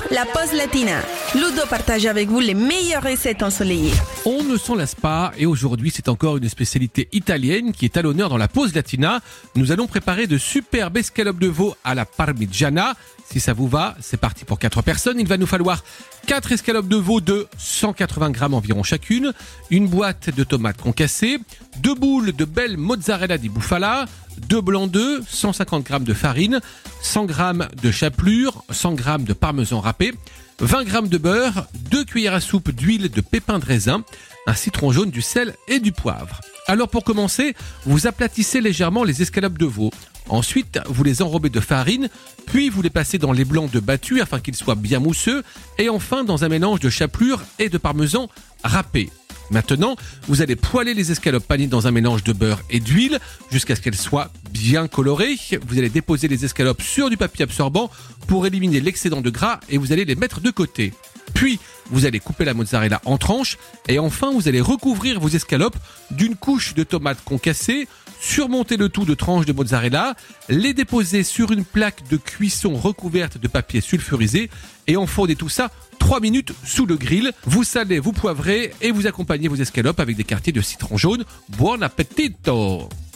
La pause latina. Ludo partage avec vous les meilleures recettes ensoleillées. On ne s'en lasse pas et aujourd'hui c'est encore une spécialité italienne qui est à l'honneur dans la pause latina. Nous allons préparer de superbes escalopes de veau à la parmigiana. Si ça vous va, c'est parti pour 4 personnes. Il va nous falloir 4 escalopes de veau de 180 grammes environ chacune, une boîte de tomates concassées, 2 boules de belle mozzarella di bufala, 2 blancs d'œufs, 150 grammes de farine, 100 grammes de chapelure, 100 grammes de parmesan râpé, 20 grammes de beurre, 2 cuillères à soupe d'huile de pépins de raisin, un citron jaune, du sel et du poivre. Alors pour commencer, vous aplatissez légèrement les escalopes de veau. Ensuite, vous les enrobez de farine, puis vous les passez dans les blancs de battu afin qu'ils soient bien mousseux, et enfin dans un mélange de chapelure et de parmesan râpé. Maintenant, vous allez poêler les escalopes panées dans un mélange de beurre et d'huile jusqu'à ce qu'elles soient bien colorées. Vous allez déposer les escalopes sur du papier absorbant pour éliminer l'excédent de gras et vous allez les mettre de côté. Puis, vous allez couper la mozzarella en tranches et enfin, vous allez recouvrir vos escalopes d'une couche de tomates concassées, surmonter le tout de tranches de mozzarella, les déposer sur une plaque de cuisson recouverte de papier sulfurisé et enfourner tout ça 3 minutes sous le grill. Vous salez, vous poivrez et vous accompagnez vos escalopes avec des quartiers de citron jaune. Buon appetito!